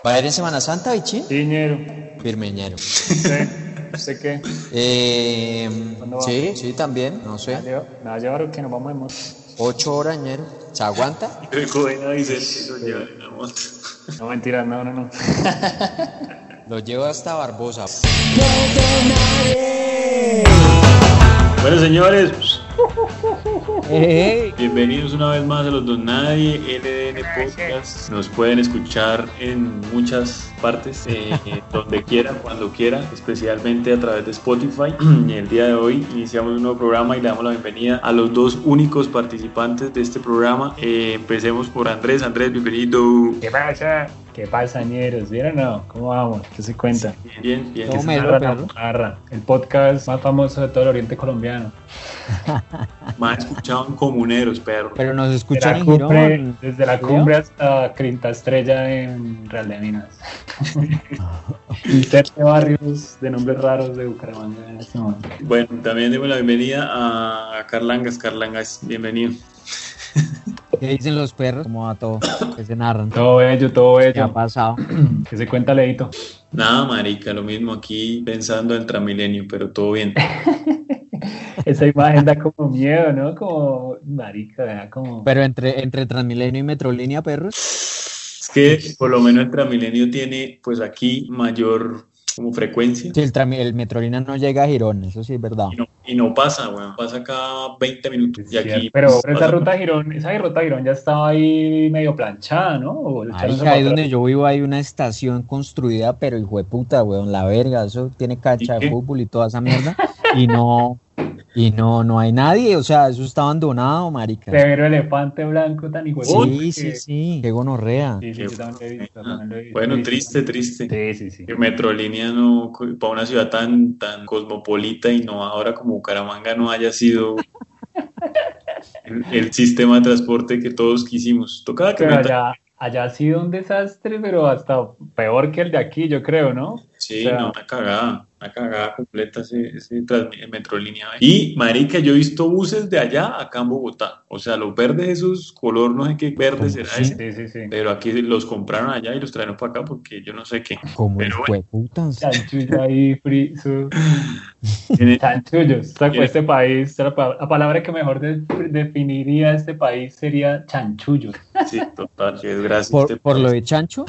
¿Va a ir en Semana Santa, bichín? Sí, ñero. Firmeñero. ¿Usted qué? ¿Cuándo va? Sí, también, no ¿Me sé. va a llevar o qué? Nos vamos en moto. 8 horas, ñero. ¿Se aguanta? Recogen a Vicente y lo llevan en la moto. No, mentiras, no. Lo llevo hasta Barbosa. Bueno, señores, Hey. bienvenidos una vez más a los Don Nadie LDN Podcast. Nos pueden escuchar en muchas partes, donde quieran, cuando quieran, especialmente a través de Spotify. Y el día de hoy iniciamos un nuevo programa y le damos la bienvenida a los dos únicos participantes de este programa. Empecemos por Andrés. Andrés, bienvenido. ¿Qué pasa? ¿Qué pasa, ñeros? ¿Vieron o no? ¿Cómo vamos? ¿Qué se cuenta? Bien. ¿Cómo me lo, perro? El podcast más famoso de todo el oriente colombiano. Más escuchado en Comuneros, perro. Pero nos escuchan en Girón. Desde la cumbre hasta Quinta Estrella en Real de Minas. Y 7 barrios de nombres raros de Bucaramanga en este momento. Bueno, también demos la bienvenida a Carlangas. Carlangas, bienvenido. ¿Qué dicen los perros? ¿Cómo va todo? ¿Qué se narran? Todo bello. ¿Qué ha pasado? ¿Qué se cuenta, Leito? Nada, marica, lo mismo aquí pensando en el Transmilenio, pero todo bien. Esa imagen da como miedo, ¿no? Como, marica, da como... Pero entre Transmilenio y Metrolínea, perros. Es que por lo menos el Transmilenio tiene, pues aquí, mayor como frecuencia. Sí, el Metrolínea no llega a Girón, eso sí es verdad. Y no pasa, weón. Pasa cada 20 minutos. Es Y aquí, cierto, pero pues, esa ruta Girón ya estaba ahí medio planchada, ¿no? O le echaron Marica, ahí zapatos. donde yo vivo hay una estación construida, pero hijo de puta, weón, la verga, eso tiene cancha ¿Y de qué? fútbol y toda esa mierda, y no hay nadie, o sea, eso está abandonado, marica. Severo elefante blanco tan hijo de puta Sí, qué gonorrea. Sí, yo también lo he visto. bueno, triste. Sí. Que Metrolínea no, para una ciudad tan cosmopolita, innovadora como Bucaramanga, no haya sido el sistema de transporte que todos quisimos. Tocaba que Pero metan. allá ha sido un desastre, pero hasta peor que el de aquí, yo creo, ¿no? Sí, O sea, no, una cagada completa ese Metrolínea. Y, marica, yo he visto buses de allá acá en Bogotá. O sea, los verdes esos, color no sé qué verde será Sí. ese. Sí. Pero aquí los compraron allá y los trajeron para acá porque yo no sé qué. Como Pero hijo de putas. Chanchullo ahí, friso. Tiene- Chanchullos. O sea, este país, la palabra que mejor definiría este país sería chanchullos. Sí, total, que desgracia. Por lo de Chancho,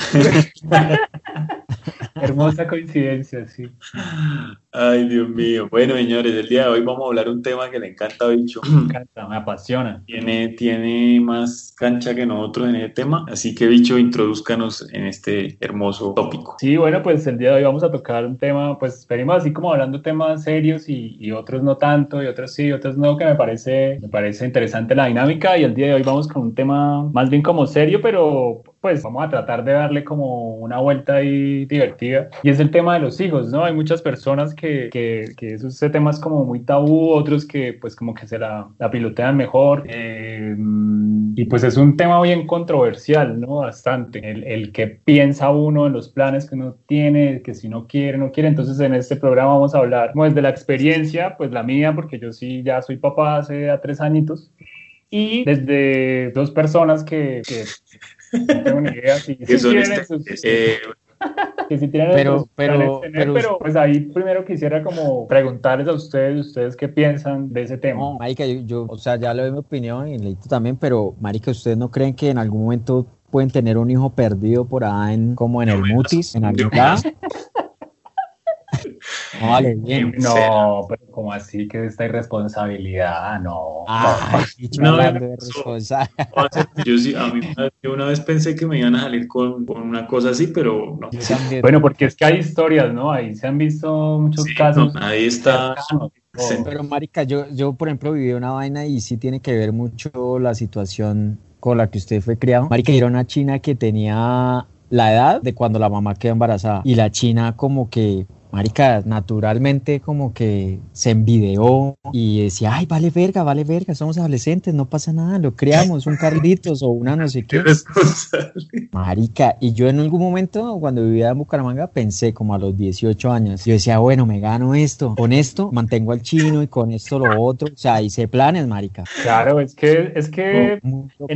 Hermosa coincidencia, sí. Ay, Dios mío. Bueno, señores, el día de hoy vamos a hablar un tema que le encanta a Bicho. Me encanta, me apasiona. Tiene más cancha que nosotros en ese tema. Así que, Bicho, introdúzcanos en este hermoso tópico. Sí, bueno, pues el día de hoy vamos a tocar un tema, pues venimos así como hablando temas serios y otros no tanto, y otros sí, otros no, que me parece interesante la dinámica, y el día de hoy vamos con un tema más bien como serio, pero pues vamos a tratar de darle como una vuelta ahí divertida, y es el tema de los hijos, ¿no? Hay muchas personas que ese tema es como muy tabú, otros que pues como que se la pilotean mejor, y pues es un tema bien controversial, ¿no? Bastante, el que piensa uno en los planes que uno tiene, que si no quiere, no quiere. Entonces en este programa vamos a hablar como desde la experiencia, pues la mía, porque yo sí ya soy papá hace 3 añitos, y desde 2 personas que no tengo ni idea si Que son tienen sus... que si tienen Pero- esos planes pero- tener, pero pues ahí primero quisiera como preguntarles a ustedes qué piensan de ese tema. no, marica, yo, o sea, ya le doy mi opinión y Leito también, pero marica, ¿ustedes no creen que en algún momento pueden tener un hijo perdido por ahí como en el Mutis, en algún lado? No, vale, bien. No, pero como así que esta irresponsabilidad, no. Ay, bicho, No, hablando de eso- responsable. Yo sí, yo una vez pensé que me iban a salir con una cosa así, pero no. Yo también. Bueno, porque es que hay historias, ¿no? Ahí se han visto muchos Sí, casos. no, nadie está... cercanos. Sí. Pero marica, yo por ejemplo viví una vaina y sí tiene que ver mucho la situación con la que usted fue criado. Marica, era una china que tenía la edad de cuando la mamá quedó embarazada y la china como que marica, naturalmente como que se envidió y decía, ay, vale verga, somos adolescentes, no pasa nada, lo creamos, un Carlitos o una no sé qué. Marica, y yo en algún momento cuando vivía en Bucaramanga pensé como a los 18 años, yo decía, bueno, me gano esto, con esto mantengo al chino y con esto lo otro, o sea, hice planes, marica. Claro, es que Muy loco.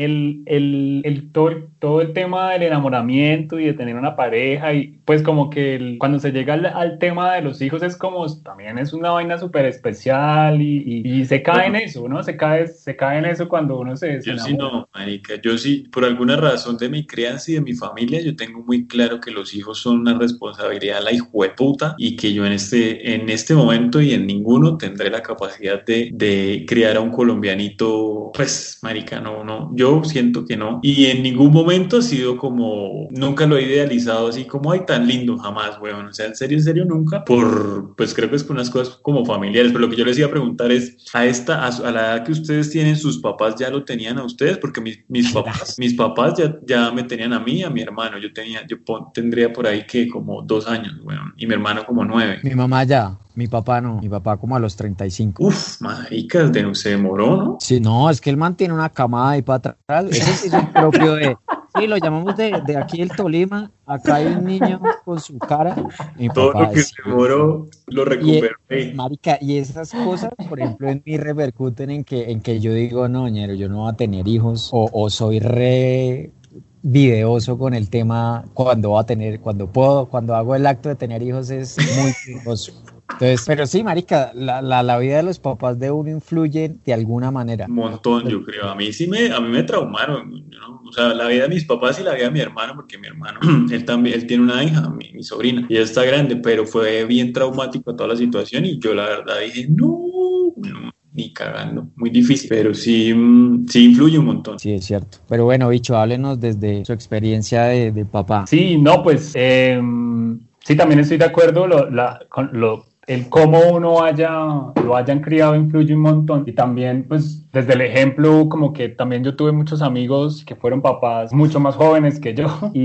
todo el tema del enamoramiento y de tener una pareja y pues como que cuando se llega al tema de los hijos es como, también es una vaina súper especial y se cae en eso, ¿no? Se cae en eso cuando uno se Yo enamora. sí no, marica, yo sí, por alguna razón de mi crianza y de mi familia, yo tengo muy claro que los hijos son una responsabilidad de la hijueputa y que yo en este momento y en ninguno tendré la capacidad de criar a un colombianito, pues, marica, no, yo siento que no. Y en ningún momento ha sido como, nunca lo he idealizado así como, ay, tan lindo, jamás, weón, o sea, en serio, nunca, pues creo que es por unas cosas como familiares, pero lo que yo les iba a preguntar es, a la edad que ustedes tienen, sus papás ya lo tenían a ustedes, porque mis papás ya me tenían a mí, a mi hermano, tendría por ahí que como 2 años, weón, y mi hermano como 9. Mi mamá ya, mi papá no, mi papá como a los 35. Uf, maricas, se demoró, ¿no? Sí, no, es que el man tiene una camada ahí para atrás, ese sí es un propio sí, lo llamamos de aquí del Tolima, acá hay un niño con su cara, mi Todo papá lo que es... se demoró lo recuperé. Marica, y esas cosas, por ejemplo, en mí repercuten en que yo digo, no, ñero, yo no voy a tener hijos, o soy re videoso con el tema cuando hago el acto de tener hijos es muy videoso. Entonces, pero sí, marica, la vida de los papás de uno influye de alguna manera. Un montón, yo creo. A mí me traumaron, ¿no? O sea, la vida de mis papás y la vida de mi hermano, porque mi hermano, él tiene una hija, mi sobrina, y ella está grande, pero fue bien traumático toda la situación y yo la verdad dije, no, ni cagando, muy difícil, pero sí influye un montón. Sí, es cierto. Pero bueno, bicho, háblenos desde su experiencia de papá. Sí, no, pues sí, también estoy de acuerdo, el cómo lo hayan criado influye un montón y también pues desde el ejemplo como que también yo tuve muchos amigos que fueron papás mucho más jóvenes que yo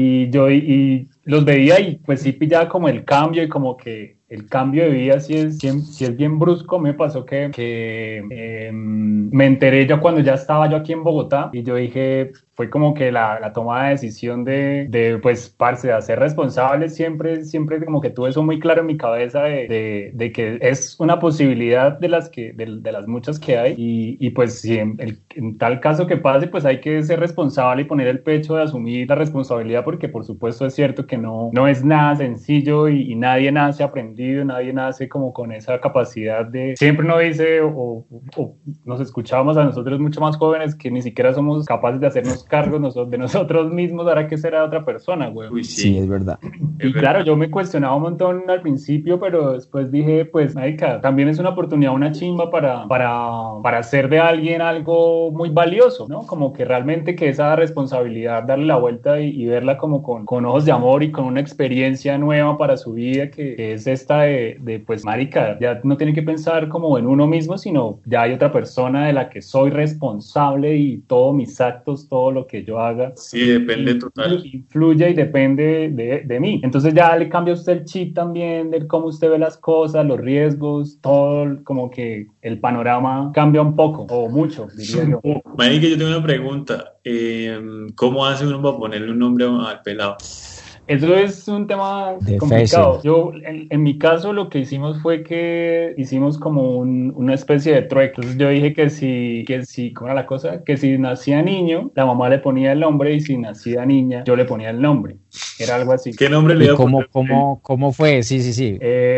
y los veía y pues sí pillaba como el cambio y como que el cambio de vida sí es bien brusco. Me pasó que me enteré yo cuando ya estaba yo aquí en Bogotá y yo dije, fue como que la toma de decisión de pues, parce, de ser responsable, siempre como que tuve eso muy claro en mi cabeza de que es una posibilidad de las muchas que hay y pues si en tal caso que pase, pues hay que ser responsable y poner el pecho de asumir la responsabilidad porque por supuesto es cierto que no es nada sencillo y nadie nace aprendido, nadie nace como con esa capacidad de... Siempre uno dice o nos escuchábamos a nosotros mucho más jóvenes que ni siquiera somos capaces de hacernos cargo de nosotros mismos, ahora que será otra persona, güey. Uy, Sí, es verdad. Y claro, yo me cuestionaba un montón al principio, pero después dije, pues, marica, también es una oportunidad, una chimba para hacer de alguien algo muy valioso, ¿no? Como que realmente que esa responsabilidad, darle la vuelta y verla como con ojos de amor y con una experiencia nueva para su vida, que es esta de, pues, marica, ya no tiene que pensar como en uno mismo, sino ya hay otra persona de la que soy responsable y todos mis actos, todo lo que yo haga. Sí, depende total. Influye y depende de mí. Entonces ya le cambia a usted el chip también de cómo usted ve las cosas, los riesgos, todo como que el panorama cambia un poco o mucho, diría yo. Marica, yo tengo una pregunta. ¿Cómo hace uno para ponerle un nombre al pelado? Eso es un tema complicado. Yo, en mi caso, lo que hicimos fue que hicimos como una especie de trueque. Entonces yo dije que si, ¿cómo era la cosa? Que si nacía niño, la mamá le ponía el nombre y si nacía niña, yo le ponía el nombre. Era algo así. ¿Qué nombre le iba a poner? ¿Cómo fue? Sí.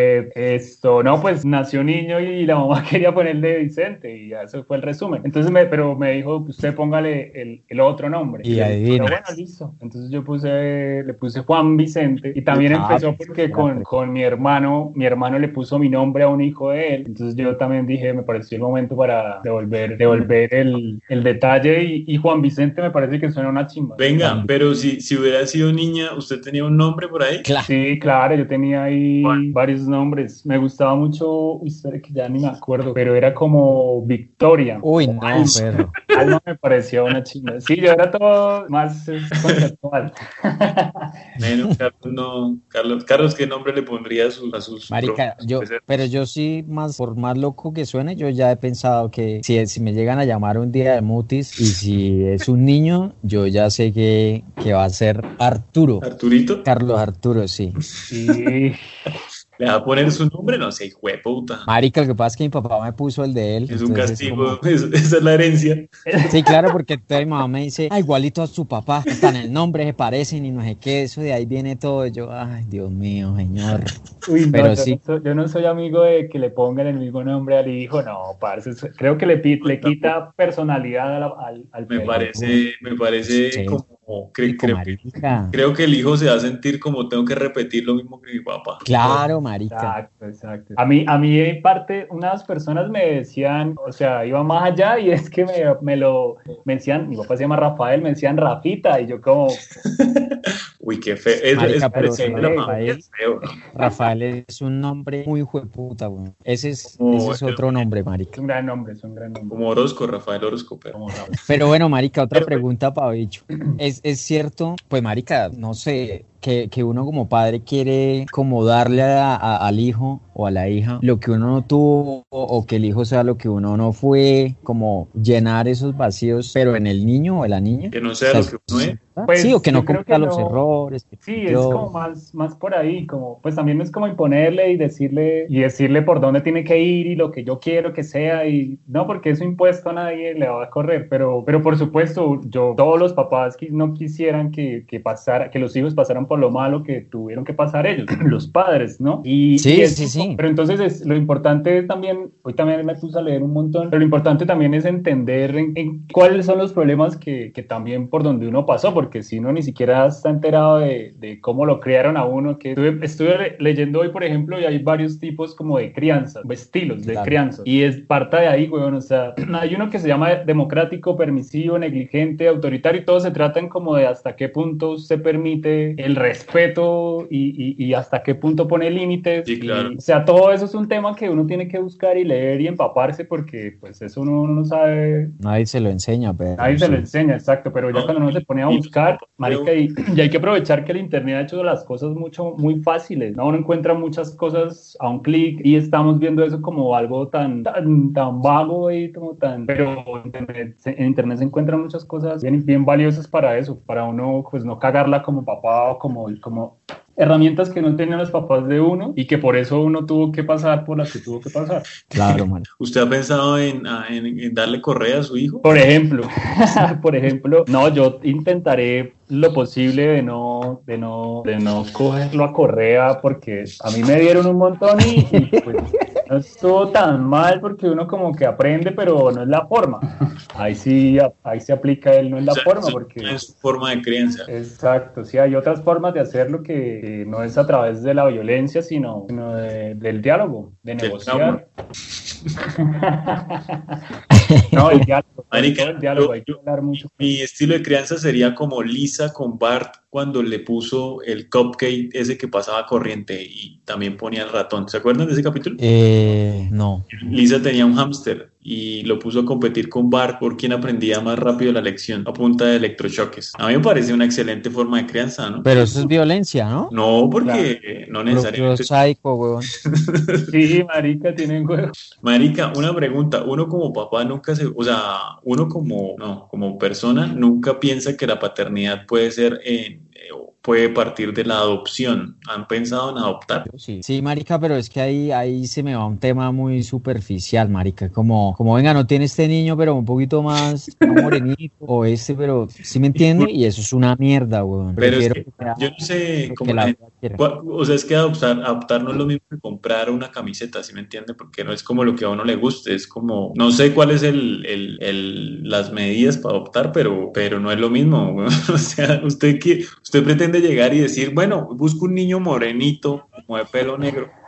No, pues nació niño y la mamá quería ponerle Vicente y eso fue el resumen. Entonces pero me dijo, usted póngale el otro nombre. Y adivina. Pero bueno, listo. Entonces yo le puse Juan Vicente y también empezó porque con mi hermano le puso mi nombre a un hijo de él. Entonces yo también dije, me pareció el momento para devolver el detalle y Juan Vicente me parece que suena una chimba. Venga, pero si hubiera sido niña, ¿usted tenía un nombre por ahí? Claro. Sí, claro, yo tenía ahí varios nombres. Me gustaba mucho, espera que ya ni me acuerdo, pero era como Victoria. Uy, no, perro. Alma me parecía una chimba. Sí, yo era todo más conceptual. Carlos no. Carlos, ¿qué nombre le pondría a sus marica, pero yo sí, por más loco que suene, yo ya he pensado que si me llegan a llamar un día de mutis y si es un niño, yo ya sé que va a ser Arturo. ¿Arturito? Carlos Arturo, sí. Sí. ¿Le va a poner su nombre? No sé, hijo de puta. Marica, lo que pasa es que mi papá me puso el de él. Es un castigo, esa es la herencia. Sí, claro, porque entonces mi mamá me dice, igualito a su papá, hasta en el nombre se parecen y no sé qué, eso de ahí viene todo. Y yo, ay, Dios mío, señor. Uy, pero no, sí. yo no soy amigo de que le pongan el mismo nombre al hijo, no, parce. Creo que le quita personalidad al me parece sí, como creo que el hijo se va a sentir como tengo que repetir lo mismo que mi papá. Claro, marica. Exacto. A mí en parte, unas personas me decían, o sea, iba más allá y es que me decían, mi papá se llama Rafael, me decían Rafita y yo como... Uy, qué feo. Marica, pero Rafael es un nombre muy jueputa, güey. Ese es otro nombre, marica. Es un gran nombre. Como Orozco, Rafael Orozco. Pero bueno, marica, otra pregunta para Bicho. ¿Es cierto? Pues, marica, no sé... Que uno como padre quiere como darle al hijo o a la hija lo que uno no tuvo o que el hijo sea lo que uno no fue, como llenar esos vacíos, pero en el niño o en la niña. Que no sea lo que uno es. Pues, sí, o que no cometa los errores. Sí, es como más por ahí, como pues también es como imponerle y decirle por dónde tiene que ir y lo que yo quiero que sea y no, porque eso impuesto a nadie le va a correr, pero por supuesto todos los papás no quisieran que los hijos pasaran por lo malo que tuvieron que pasar ellos, los padres, ¿no? Sí. Pero entonces lo importante es también, hoy también me puse a leer un montón, pero lo importante también es entender en cuáles son los problemas que también por donde uno pasó, porque si uno ni siquiera está enterado de cómo lo criaron a uno, que estuve leyendo hoy, por ejemplo, y hay varios tipos como de crianza, estilos de crianza, y es parte de ahí, weón, o sea, hay uno que se llama democrático, permisivo, negligente, autoritario, y todos se tratan como de hasta qué punto se permite el respeto y hasta qué punto pone límites. Sí, claro. O sea, todo eso es un tema que uno tiene que buscar y leer y empaparse porque pues eso uno no sabe. Nadie se lo enseña, pero Nadie se lo enseña, exacto, pero ya cuando uno se pone a buscar, marica, y hay que aprovechar que el internet ha hecho las cosas muy fáciles, ¿no? Uno encuentra muchas cosas a un clic y estamos viendo eso como algo tan vago y como tan... Pero en internet se encuentran muchas cosas bien valiosas para eso, para uno pues no cagarla como papá o como herramientas que no tenían los papás de uno y que por eso uno tuvo que pasar por las que tuvo que pasar. Claro, man. ¿Usted ha pensado en darle correa a su hijo? Por ejemplo, no, yo intentaré lo posible de no cogerlo a correa porque a mí me dieron un montón y pues no estuvo tan mal porque uno como que aprende, pero no es la forma. Ahí sí aplica él, no es la forma porque... No es forma de crianza. Exacto, sí, hay otras formas de hacerlo que no es a través de la violencia, sino del diálogo, de negociar. No, el diálogo. Marica, el diálogo, hay que hablar mucho. Mi estilo de crianza sería como Lisa con Bart cuando le puso el cupcake ese que pasaba corriente y también ponía el ratón. ¿Se acuerdan de ese capítulo? No. Lisa tenía un hámster y lo puso a competir con Bart por quién aprendía más rápido la lección a punta de electrochoques. A mí me parece una excelente forma de crianza, ¿no? Pero eso es violencia, ¿no? No, porque no necesariamente. Psycho, weón. Sí, marica, tienen huevo. Marica, una pregunta. Uno como papá uno como persona nunca piensa que la paternidad puede ser puede partir de la adopción. ¿Han pensado en adoptar? Sí, marica, pero es que ahí se me va un tema muy superficial, marica, como venga, no tiene este niño, pero un poquito más morenito, o pero ¿sí me entiende? Y eso es una mierda, weón. Pero es que yo no sé cómo o sea, es que adoptar no es lo mismo que comprar una camiseta, ¿sí me entiende? Porque no es como lo que a uno le guste, es como, no sé cuáles las medidas para adoptar, pero no es lo mismo, weón. O sea, usted pretende llegar y decir, bueno, busco un niño morenito, como de pelo negro,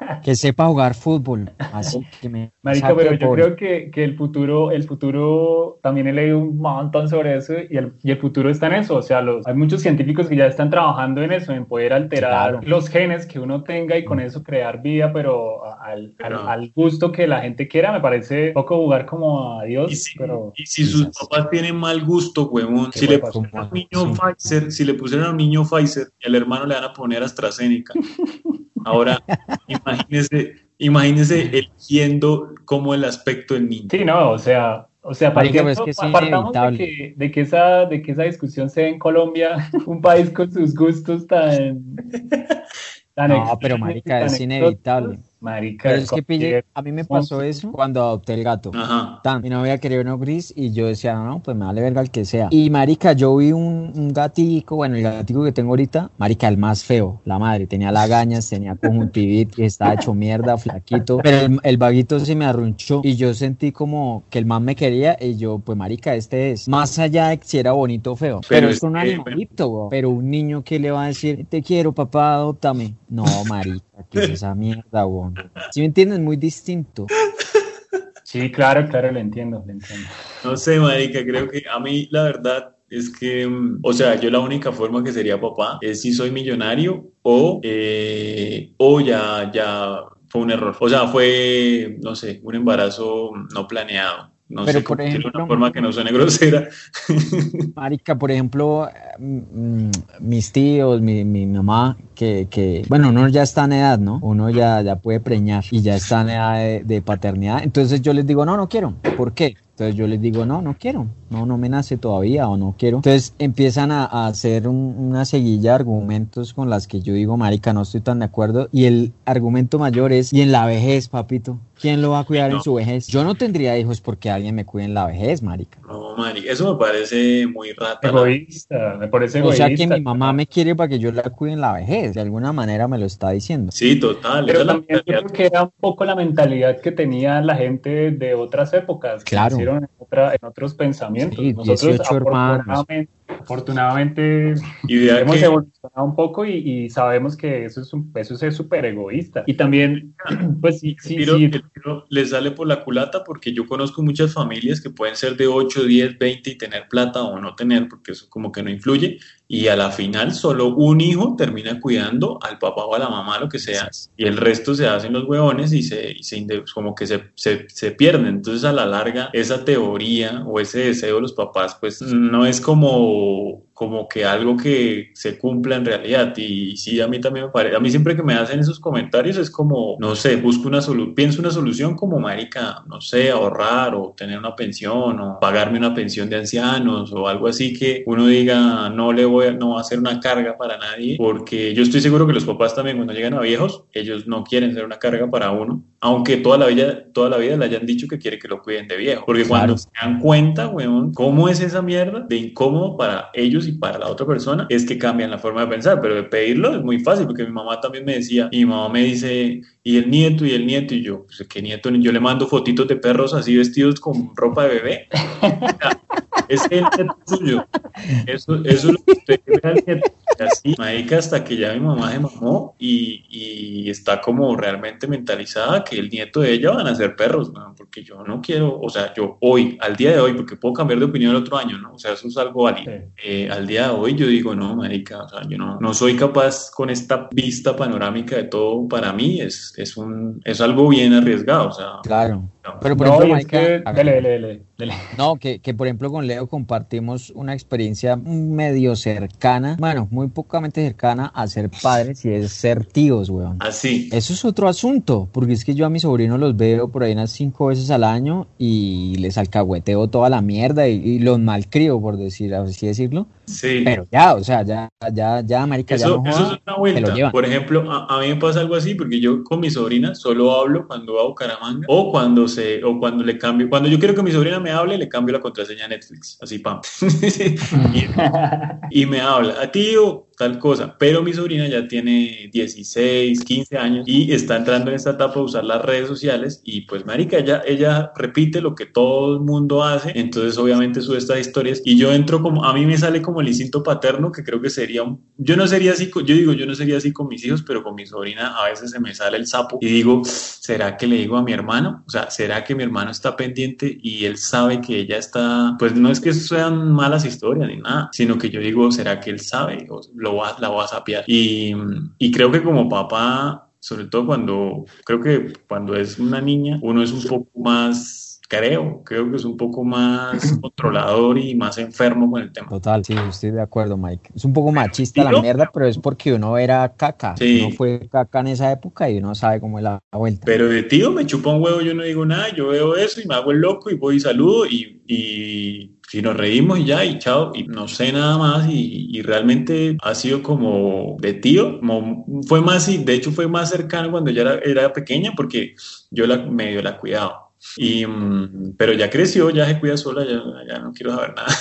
que sepa jugar fútbol, así que me marica, pero yo creo que el futuro, también he leído un montón sobre eso y el futuro está en eso, o sea, hay muchos científicos que ya están trabajando en eso, en poder alterar los genes que uno tenga y con eso crear vida, pero al gusto que la gente quiera. Me parece poco jugar como a Dios, pero... Y si sus papás tienen mal gusto, huevón, si le pusieron a un niño Pfizer, si le pusieron a un niño Pfizer, y al hermano le van a poner AstraZeneca. Ahora, imagínese eligiendo cómo el aspecto del niño. Sí, no, o sea, partamos de que esa discusión se dé en Colombia, un país con sus gustos tan no, pero marica, es inevitable. Marica, pero es que pille, a mí me pasó eso cuando adopté el gato. Mi novia quería uno gris y yo decía, no, pues me vale verga el que sea. Y marica, yo vi un gatico, bueno, el gatico que tengo ahorita, marica, el más feo, la madre, tenía lagañas, tenía conjuntivitis, estaba hecho mierda, flaquito, pero el vaguito se me arrunchó y yo sentí como que el man me quería y yo, pues marica, este es, más allá de si era bonito o feo, pero es un animalito, bro. Pero un niño que le va a decir, te quiero papá, adóptame. No, marica, ¿qué es esa mierda, bro? ¿Sí me entiendes? Muy distinto. Sí, claro, lo entiendo. No sé, marica, creo que a mí la verdad es que, o sea, yo la única forma que sería papá es si soy millonario o ya fue un error. O sea, fue, no sé, un embarazo no planeado. No pero sé cómo decirlo de una forma que no suene grosera. Marica, por ejemplo, mis tíos, mi mamá, que bueno, uno ya está en edad, ¿no? Uno ya puede preñar y ya está en edad de paternidad. Entonces yo les digo, no quiero. ¿Por qué? Entonces yo les digo, no quiero, no me nace todavía o no quiero. Entonces empiezan a hacer una seguilla de argumentos con las que yo digo, marica, no estoy tan de acuerdo. Y el argumento mayor es, y en la vejez, papito, ¿quién lo va a cuidar en su vejez? Yo no tendría hijos porque alguien me cuide en la vejez, marica. No, marica, eso me parece muy rata. Egoísta, me parece egoísta. O sea que mi mamá me quiere para que yo la cuide en la vejez, de alguna manera me lo está diciendo. Sí, total. Pero también creo que era un poco la mentalidad que tenía la gente de otras épocas. Claro. Que en otros pensamientos. Sí, nosotros afortunadamente hemos evolucionado un poco y sabemos que eso es súper egoísta. Y también, pues sí. El tiro le sale por la culata porque yo conozco muchas familias que pueden ser de 8, 10, 20 y tener plata o no tener, porque eso como que no influye. Y a la final solo un hijo termina cuidando al papá o a la mamá, lo que sea, y el resto se hacen los huevones y como que se pierden. Entonces a la larga esa teoría o ese deseo de los papás pues no es como que algo que se cumpla en realidad. Y sí, a mí también me parece, a mí siempre que me hacen esos comentarios es como, no sé, pienso una solución como marica, no sé, ahorrar o tener una pensión o pagarme una pensión de ancianos o algo así que uno diga no va a ser una carga para nadie, porque yo estoy seguro que los papás también cuando llegan a viejos, ellos no quieren ser una carga para uno, aunque toda la vida le hayan dicho que quiere que lo cuiden de viejo, porque cuando se dan cuenta, weón, cómo es esa mierda de incómodo para ellos y para la otra persona, es que cambian la forma de pensar, pero de pedirlo es muy fácil, porque mi mamá también me decía, y mi mamá me dice, y el nieto, y yo, pues ¿qué nieto? Yo le mando fotitos de perros así vestidos con ropa de bebé. Es el nieto suyo. Eso es lo que usted ve al nieto. Así, marica, hasta que ya mi mamá se mamó y está como realmente mentalizada que el nieto de ella van a ser perros, ¿no? Porque yo no quiero, o sea, yo hoy, al día de hoy, porque puedo cambiar de opinión el otro año, ¿no? O sea, eso es algo válido. Sí. Al día de hoy yo digo, no, marica, o sea, yo no soy capaz con esta vista panorámica de todo. Para mí es algo bien arriesgado, o sea. Claro. Pero por ejemplo, marica, dele. No, que por ejemplo con Leo compartimos una experiencia medio cercana, bueno, muy pocamente cercana a ser padres y es ser tíos, weón. Así. Eso es otro asunto, porque es que yo a mis sobrinos los veo por ahí unas 5 veces al año y les alcahueteo toda la mierda y los malcrio, por así decirlo. Sí. Pero ya, o sea, ya, marica, eso, ya no eso es una vuelta. Por ejemplo, a mí me pasa algo así, porque yo con mi sobrina solo hablo cuando va a Bucaramanga o cuando le cambio, cuando yo quiero que mi sobrina me hable, le cambio la contraseña a Netflix, así pam. y me habla, tío, tal cosa, pero mi sobrina ya tiene 16, 15 años y está entrando en esta etapa de usar las redes sociales y pues marica, ella repite lo que todo el mundo hace, entonces obviamente sube estas historias y yo entro como, a mí me sale como el instinto paterno que creo que sería yo no sería así, yo no sería así con mis hijos, pero con mi sobrina a veces se me sale el sapo y digo, ¿será que le digo a mi hermano? O sea, ¿será que mi hermano está pendiente y él sabe que ella está, pues no es que sean malas historias ni nada, sino que yo digo, ¿será que él sabe o la va a sapear? Y creo que como papá, sobre todo creo que cuando es una niña, uno es un poco más, creo que es un poco más controlador y más enfermo con el tema. Total, sí, estoy de acuerdo, Mike. Es un poco machista la mierda, pero es porque uno era caca. Sí. Uno fue caca en esa época y uno sabe cómo es la vuelta. Pero de tío me chupa un huevo, yo no digo nada, yo veo eso y me hago el loco y voy y saludo y si nos reímos y ya, y chao, y no sé nada más, y realmente ha sido como de tío, fue más, y de hecho fue más cercano cuando ya era pequeña, porque yo medio la cuidaba. Pero ya creció, ya se cuida sola, ya no quiero saber nada.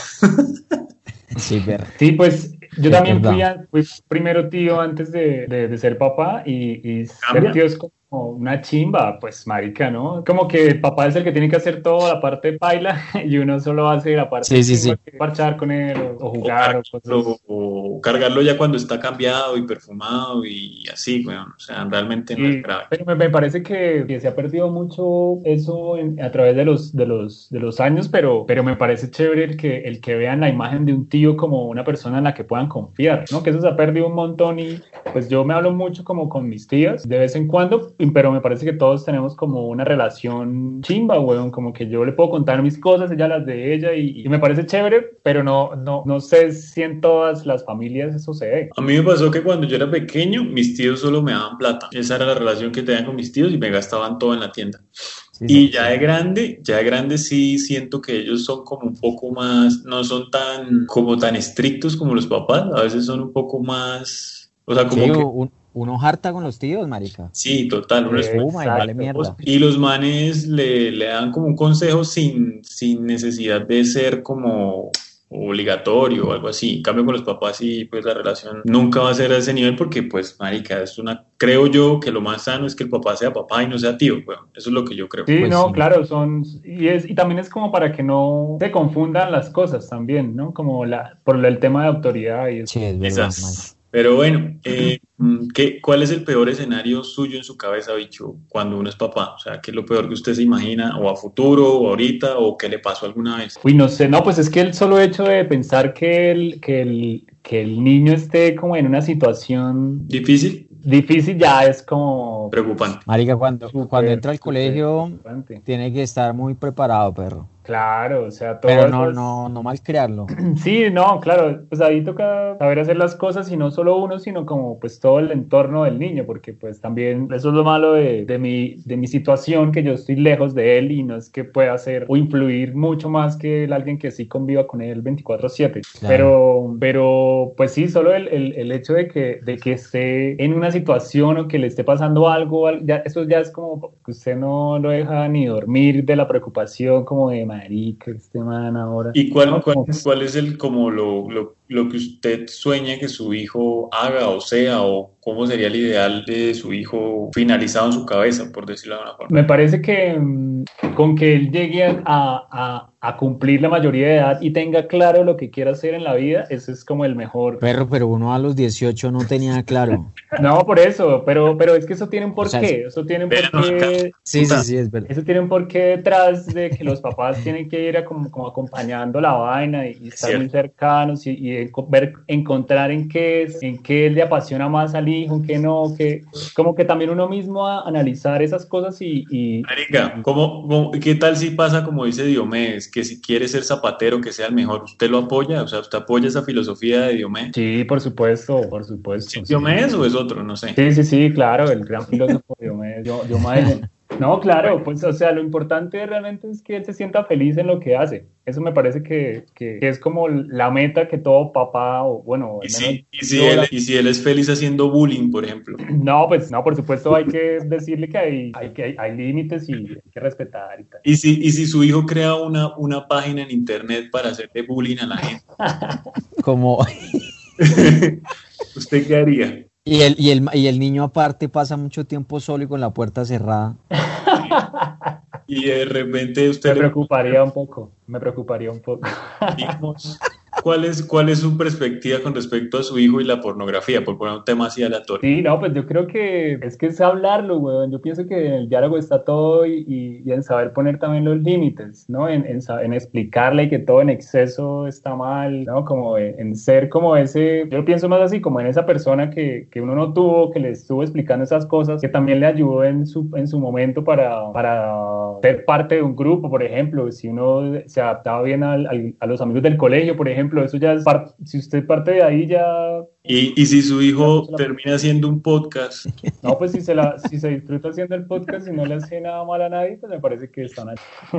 Sí, sí, pues yo también fui primero tío antes de ser papá y ser tío es como una chimba, pues marica, ¿no? Como que el papá es el que tiene que hacer toda la parte paila y uno solo hace la parte que parchar con él o jugar o cargarlo ya cuando está cambiado y perfumado y así, bueno, o sea, realmente no es grave. Pero me parece que se ha perdido mucho eso a través de los años, pero me parece chévere el que vean la imagen de un tío como una persona en la que puedan confiar, ¿no? Que eso se ha perdido un montón y pues yo me hablo mucho como con mis tías de vez en cuando, pero me parece que todos tenemos como una relación chimba, weón, como que yo le puedo contar mis cosas, ella las de ella y me parece chévere, pero no sé si en todas las familias eso se ve. A mí me pasó que cuando yo era pequeño, mis tíos solo me daban plata. Esa era la relación que tenía con mis tíos y me gastaban todo en la tienda. Sí, y ya de grande sí siento que ellos son como un poco más, no son tan estrictos como los papás, a veces son un poco más, o sea, como sí, que... Uno harta con los tíos, marica. Sí, total. Uno y vale mierda. Y los manes le dan como un consejo sin necesidad de ser como obligatorio o algo así. En cambio con los papás sí, pues la relación nunca va a ser a ese nivel porque pues marica, creo yo que lo más sano es que el papá sea papá y no sea tío, bueno, eso es lo que yo creo. Sí, pues, no, sí. Claro, y también es como para que no se confundan las cosas también, ¿no? Como por el tema de autoridad y eso. Sí, es verdad, pero bueno, ¿cuál es el peor escenario suyo en su cabeza, bicho, cuando uno es papá? O sea, ¿qué es lo peor que usted se imagina, o a futuro, o ahorita, o qué le pasó alguna vez? Uy, no sé, no, pues es que el solo hecho de pensar que el niño esté como en una situación difícil ya es como preocupante. Marica, cuando entra al colegio tiene que estar muy preparado, perro. Claro, o sea, todo. Pero no mal crearlo. Sí, no, claro, pues ahí toca saber hacer las cosas y no solo uno, sino como pues todo el entorno del niño, porque pues también eso es lo malo de mi situación, que yo estoy lejos de él y no es que pueda hacer o influir mucho más que alguien que sí conviva con él 24/7. Claro. Pero pues sí, solo el hecho de que esté en una situación o que le esté pasando algo, eso ya es como que usted no lo deja ni dormir de la preocupación como de marica, este man ahora. ¿Y cuál es lo que usted sueña que su hijo haga o sea, o cómo sería el ideal de su hijo finalizado en su cabeza, por decirlo de alguna forma? Me parece que con que él llegue a cumplir la mayoría de edad y tenga claro lo que quiere hacer en la vida, ese es como el mejor. Perro, pero uno a los 18 no tenía claro. No, por eso, pero es que eso tiene un porqué, eso tiene un porqué. Sí, es verdad. Eso tiene un porqué detrás de que los papás tienen que ir como acompañando la vaina y estar muy cercanos y encontrar en qué le apasiona más al hijo, en qué no, que como que también uno mismo a analizar esas cosas y marica, ¿qué tal si pasa como dice Diomedes, que si quiere ser zapatero, que sea el mejor? ¿Usted lo apoya? O sea, ¿usted apoya esa filosofía de Diomedes? Sí, por supuesto. ¿Sí, Diomedes o es otro? No sé. Sí, claro, el gran filósofo Diomedes. No, claro, pues, o sea, lo importante realmente es que él se sienta feliz en lo que hace. Eso me parece que es como la meta que todo papá, o bueno... ¿Y si él es feliz haciendo bullying, por ejemplo? No, pues, no, por supuesto hay que decirle que hay límites y hay que respetar y tal. ¿Y si su hijo crea una página en internet para hacerle bullying a la gente? Como... ¿Usted qué haría? Y el niño aparte pasa mucho tiempo solo y con la puerta cerrada. Y de repente usted Me preocuparía un poco. Digamos, ¿cuál es su perspectiva con respecto a su hijo y la pornografía? Por poner un tema así aleatorio. Sí, no, pues yo creo que es hablarlo, weón. Yo pienso que en el diálogo está todo y en saber poner también los límites, ¿no? En explicarle que todo en exceso está mal, ¿no? Como en ser como ese, yo pienso más así, como en esa persona que uno no tuvo, que le estuvo explicando esas cosas, que también le ayudó en su momento para ser parte de un grupo, por ejemplo. Si uno se adaptaba bien a los amigos del colegio, por ejemplo, eso ya es si usted parte de ahí ya... Y si su hijo termina haciendo un podcast. No, pues si se disfruta haciendo el podcast y no le hace nada mal a nadie, pues me parece que están ahí.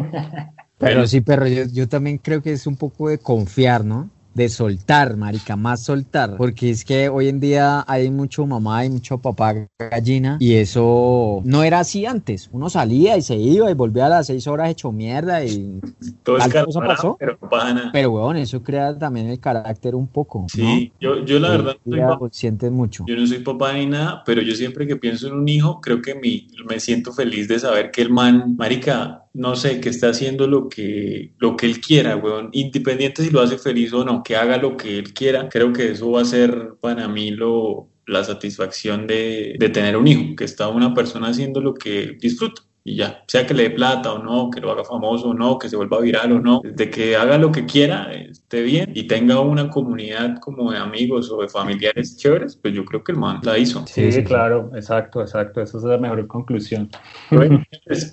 Pero sí, perro, yo también creo que es un poco de confiar, ¿no? De soltar, marica, más soltar, porque es que hoy en día hay mucho mamá y mucho papá gallina y eso no era así antes. Uno salía y se iba y volvía a las 6 horas hecho mierda y todo tal cosa pasó. Pero no pasa nada. Pero weón, eso crea también el carácter un poco, ¿no? Sí, yo la verdad no soy papá. Sientes mucho. Yo no soy papá ni nada, pero yo siempre que pienso en un hijo, creo que me siento feliz de saber que el man, marica, no sé, que está haciendo lo que él quiera, weón, independiente si lo hace feliz o no, que haga lo que él quiera. Creo que eso va a ser para mí la satisfacción de tener un hijo, que está una persona haciendo lo que disfruta. Y ya, sea que le dé plata o no, que lo haga famoso o no, que se vuelva viral o no, de que haga lo que quiera, esté bien y tenga una comunidad como de amigos o de familiares chéveres, pues yo creo que el man la hizo. Sí, claro, exacto, esa es la mejor conclusión. Bueno, pues,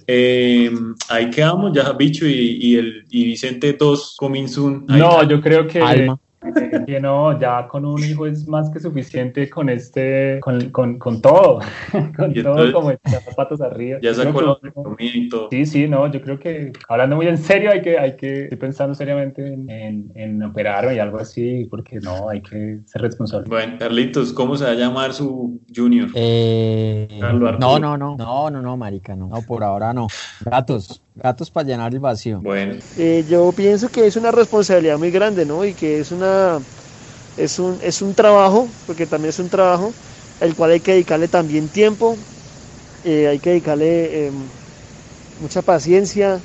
ahí quedamos ya, Bicho y Vicente 2 coming soon. No, yo creo que... Alma. Que no, ya con un hijo es más que suficiente con con todo, con Y todo entonces, como echar patas arriba. ya Yo creo sacó que la uno- economía y todo. Sí, no, yo creo que hablando muy en serio estoy pensando seriamente en operarme y algo así, porque no, hay que ser responsable. Bueno, Carlitos, ¿cómo se va a llamar su junior? Carlos Arturo. No, marica, no, por ahora no. Gatos para llenar el vacío. Bueno, Yo pienso que es una responsabilidad muy grande, ¿no? Y que es un trabajo, porque también es un trabajo, al cual hay que dedicarle también tiempo, hay que dedicarle mucha paciencia,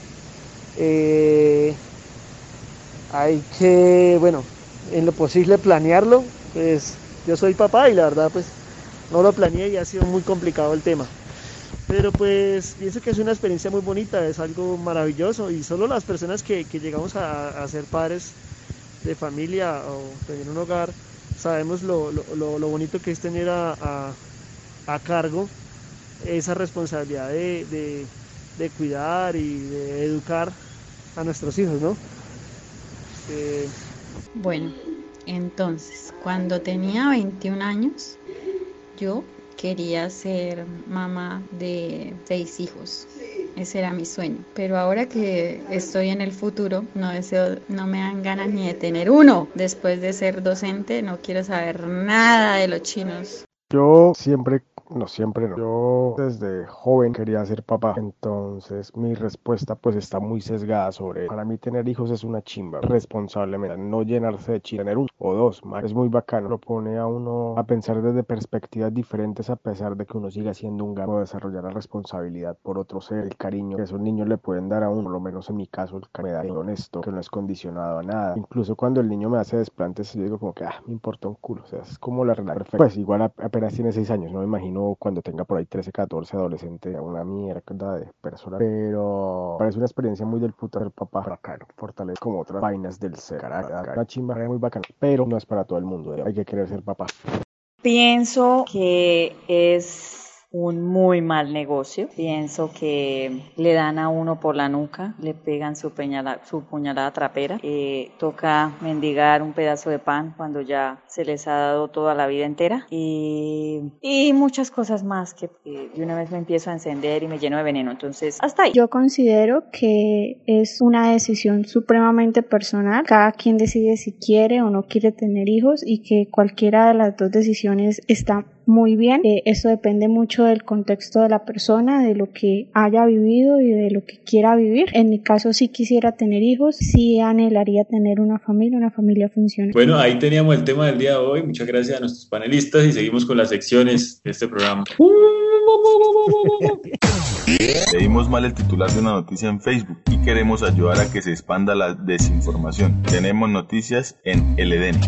hay que, bueno, en lo posible planearlo. Pues yo soy papá y la verdad pues no lo planeé y ha sido muy complicado el tema. Pero pues pienso que es una experiencia muy bonita, es algo maravilloso y solo las personas que llegamos a ser padres de familia o tener un hogar sabemos lo bonito que es tener a cargo esa responsabilidad de cuidar y de educar a nuestros hijos, ¿no? Bueno, entonces, cuando tenía 21 años, yo quería ser mamá de 6 hijos. Ese era mi sueño. Pero ahora que estoy en el futuro, no me dan ganas ni de tener uno. Después de ser docente, no quiero saber nada de los chinos. Yo siempre no. Yo desde joven quería ser papá, entonces mi respuesta pues está muy sesgada sobre él. Para mí tener hijos es una chimba, responsablemente, no llenarse de chimba, tener uno o dos, es muy bacano, lo pone a uno a pensar desde perspectivas diferentes a pesar de que uno siga siendo un gato, desarrollar la responsabilidad por otro ser, el cariño que esos niños le pueden dar a uno, por lo menos en mi caso el cariño me da honesto, que no es condicionado a nada. Incluso cuando el niño me hace desplantes, yo digo como que me importa un culo, o sea, es como la relación perfecta. Pues igual apenas tiene 6 años, no me imagino cuando tenga por ahí 13, 14, adolescente, una mierda de persona. Pero parece una experiencia muy del puto ser papá, bacano, fortalece como otras vainas del ser. Una chimba muy bacana, pero no es para todo el mundo, hay que querer ser papá. Pienso que es un muy mal negocio. Pienso que le dan a uno por la nuca, le pegan su puñalada trapera. Toca mendigar un pedazo de pan cuando ya se les ha dado toda la vida entera. Y muchas cosas más que de una vez me empiezo a encender y me lleno de veneno. Entonces, hasta ahí. Yo considero que es una decisión supremamente personal. Cada quien decide si quiere o no quiere tener hijos y que cualquiera de las dos decisiones está muy bien. Esto depende mucho del contexto de la persona, de lo que haya vivido y de lo que quiera vivir. En mi caso sí quisiera tener hijos, sí anhelaría tener una familia funcional. Bueno, ahí teníamos el tema del día de hoy. Muchas gracias a nuestros panelistas y seguimos con las secciones de este programa. Leímos mal el titular de una noticia en Facebook y queremos ayudar a que se expanda la desinformación. Tenemos noticias en LDN.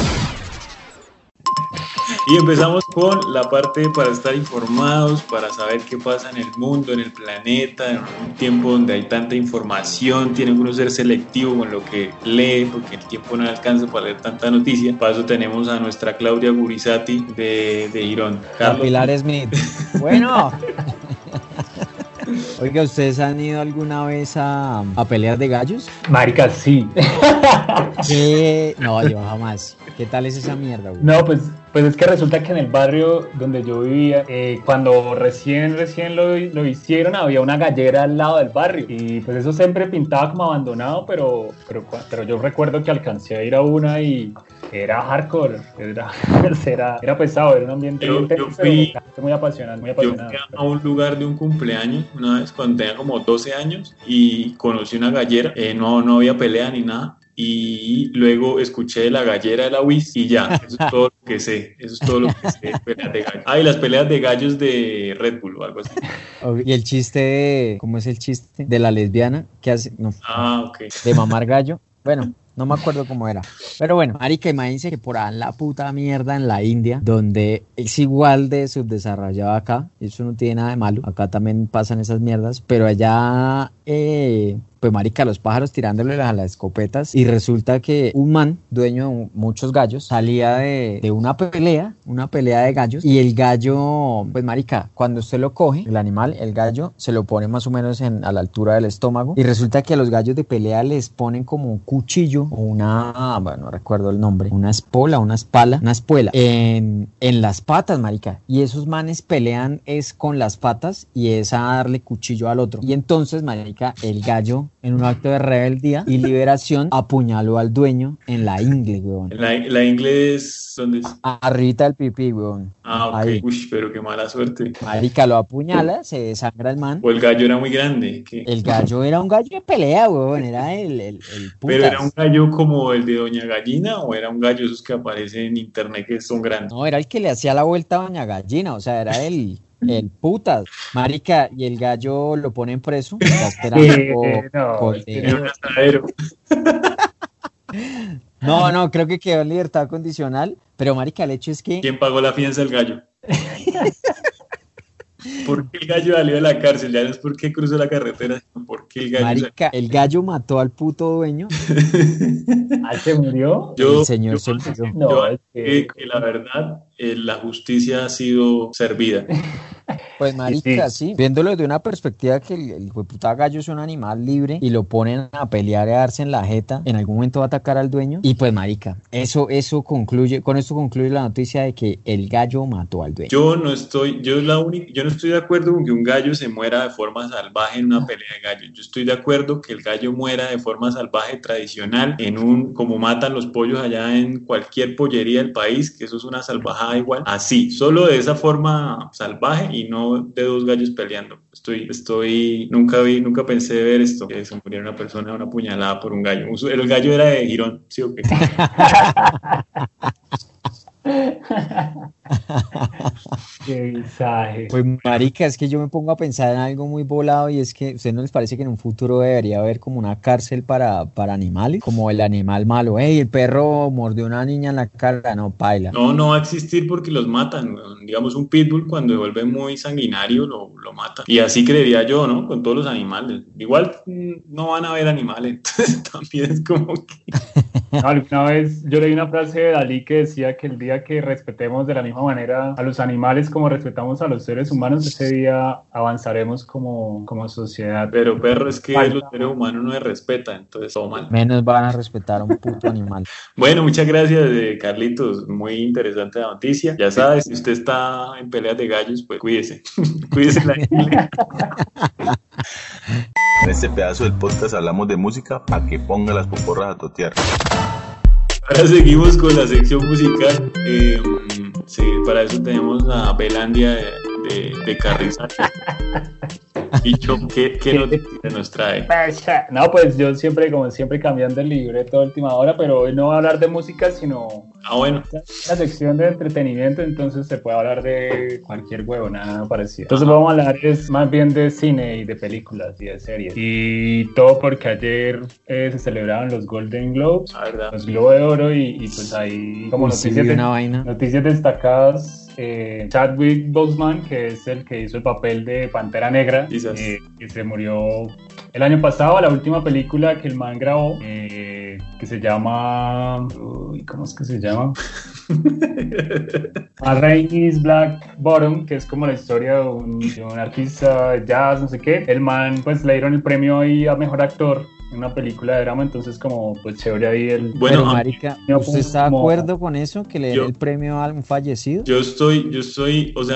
Y empezamos con la parte para estar informados, para saber qué pasa en el mundo, en el planeta, en un tiempo donde hay tanta información. Tiene que uno ser selectivo con lo que lee, porque el tiempo no alcanza para leer tanta noticia. Para eso tenemos a nuestra Claudia Gurizati de Girón. Carlos. Pilar Smith. Bueno. Oiga, ¿ustedes han ido alguna vez a peleas de gallos? Marica, sí. ¿Qué? No, yo jamás. ¿Qué tal es esa mierda, güey? No, pues es que resulta que en el barrio donde yo vivía, cuando recién lo hicieron, había una gallera al lado del barrio. Y pues eso siempre pintaba como abandonado, pero yo recuerdo que alcancé a ir a una y era hardcore, era pesado, era un ambiente yo fui muy apasionante. Yo fui a un lugar de un cumpleaños una vez cuando tenía como 12 años y conocí una gallera, no había pelea ni nada. Y luego escuché la gallera de la WIS y ya, eso es todo lo que sé, peleas de gallos. Y las peleas de gallos de Red Bull o algo así. Y el chiste, ¿cómo es el chiste? De la lesbiana, ¿qué hace? No, ok. De mamar gallo, bueno. No me acuerdo cómo era. Pero bueno, marica, imagínense que por allá en la puta mierda en la India, donde es igual de subdesarrollado acá, eso no tiene nada de malo, acá también pasan esas mierdas, pero allá, pues marica, los pájaros tirándole a las escopetas, y resulta que un man, dueño de muchos gallos, salía de una pelea de gallos, y el gallo, pues marica, cuando usted lo coge, el animal, el gallo, se lo pone más o menos a la altura del estómago, y resulta que a los gallos de pelea les ponen como un cuchillo, o no recuerdo el nombre, una espuela en las patas, marica, y esos manes pelean es con las patas y es a darle cuchillo al otro, y entonces, marica, el gallo, en un acto de rebeldía y liberación, apuñaló al dueño en la ingle, weón. ¿La ingle es dónde es? Arribita del pipí, weón. Ok. Ahí. Uy, pero qué mala suerte. Marica, lo apuñala, se desangra el man. ¿O el gallo era muy grande? ¿Qué? El gallo era un gallo de pelea, weón, era el putas. ¿Pero era un gallo como el de Doña Gallina o era un gallo esos que aparecen en internet que son grandes? No, era el que le hacía la vuelta a Doña Gallina, o sea, era el putas, marica, y el gallo lo ponen preso, está esperando en un asadero. No, creo que quedó en libertad condicional, pero marica, el hecho es que... ¿Quién pagó la fianza del gallo? ¿Por qué el gallo salió de la cárcel? Ya no es por qué cruzó la carretera, sino por qué el gallo marica, el gallo mató al puto dueño. ¿Se murió? El señor se murió. Yo que la verdad, la justicia ha sido servida. Pues marica, sí, viéndolo de una perspectiva que el puta gallo es un animal libre y lo ponen a pelear y a darse en la jeta, en algún momento va a atacar al dueño, y pues marica, con esto concluye la noticia de que el gallo mató al dueño. Yo no estoy de acuerdo con que un gallo se muera de forma salvaje en una pelea de gallos. Yo estoy de acuerdo que el gallo muera de forma salvaje tradicional, como matan los pollos allá en cualquier pollería del país, que eso es una salvajada igual, así, solo de esa forma salvaje y no de dos gallos peleando. Nunca pensé ver esto, que se muriera una persona una puñalada por un gallo. El gallo era de Girón, ¿sí o qué? Qué mensaje. Pues marica, es que yo me pongo a pensar en algo muy volado, y es que ¿a ustedes no les parece que en un futuro debería haber como una cárcel para animales? Como el animal malo, el perro mordió a una niña en la cara, no, paila. No va a existir porque los matan. Digamos, un pitbull cuando se vuelve muy sanguinario lo matan. Y así creería yo, ¿no? Con todos los animales. Igual no van a haber animales, entonces también es como que... Alguna vez yo leí una frase de Dalí que decía que el día que respetemos de la misma manera a los animales como respetamos a los seres humanos, ese día avanzaremos como sociedad. Pero perro, es que los seres humanos no se respetan, entonces todo mal. Menos van a respetar a un puto animal. Bueno, muchas gracias, Carlitos, muy interesante la noticia. Ya sabes, si usted está en peleas de gallos, pues cuídese. Cuídese la gente. En este pedazo del podcast hablamos de música para que ponga las poporras a totear. Ahora seguimos con la sección musical. Sí, para eso tenemos a Belandia de Carrizal. Bicho, ¿qué noticia nos trae? No, pues yo siempre, como siempre, cambiando el libreto a última hora, pero hoy no voy a hablar de música, sino bueno, la sección de entretenimiento, entonces se puede hablar de cualquier huevonada parecida. Entonces vamos a hablar más bien de cine y de películas y de series. Y todo porque ayer se celebraban los Golden Globes, los Globos de Oro, y pues ahí como noticias destacadas. Chadwick Boseman, que es el que hizo el papel de Pantera Negra, que se murió el año pasado. La última película que el man grabó, que se llama... ¿cómo es que se llama? A Rainey's Black Bottom, que es como la historia de un artista de jazz, no sé qué. El man, pues le dieron el premio ahí a Mejor Actor en una película de drama, entonces como pues chévere ahí el... Bueno, marica, ¿usted está de acuerdo con eso? ¿Que le den el premio a un fallecido? Yo estoy, o sea,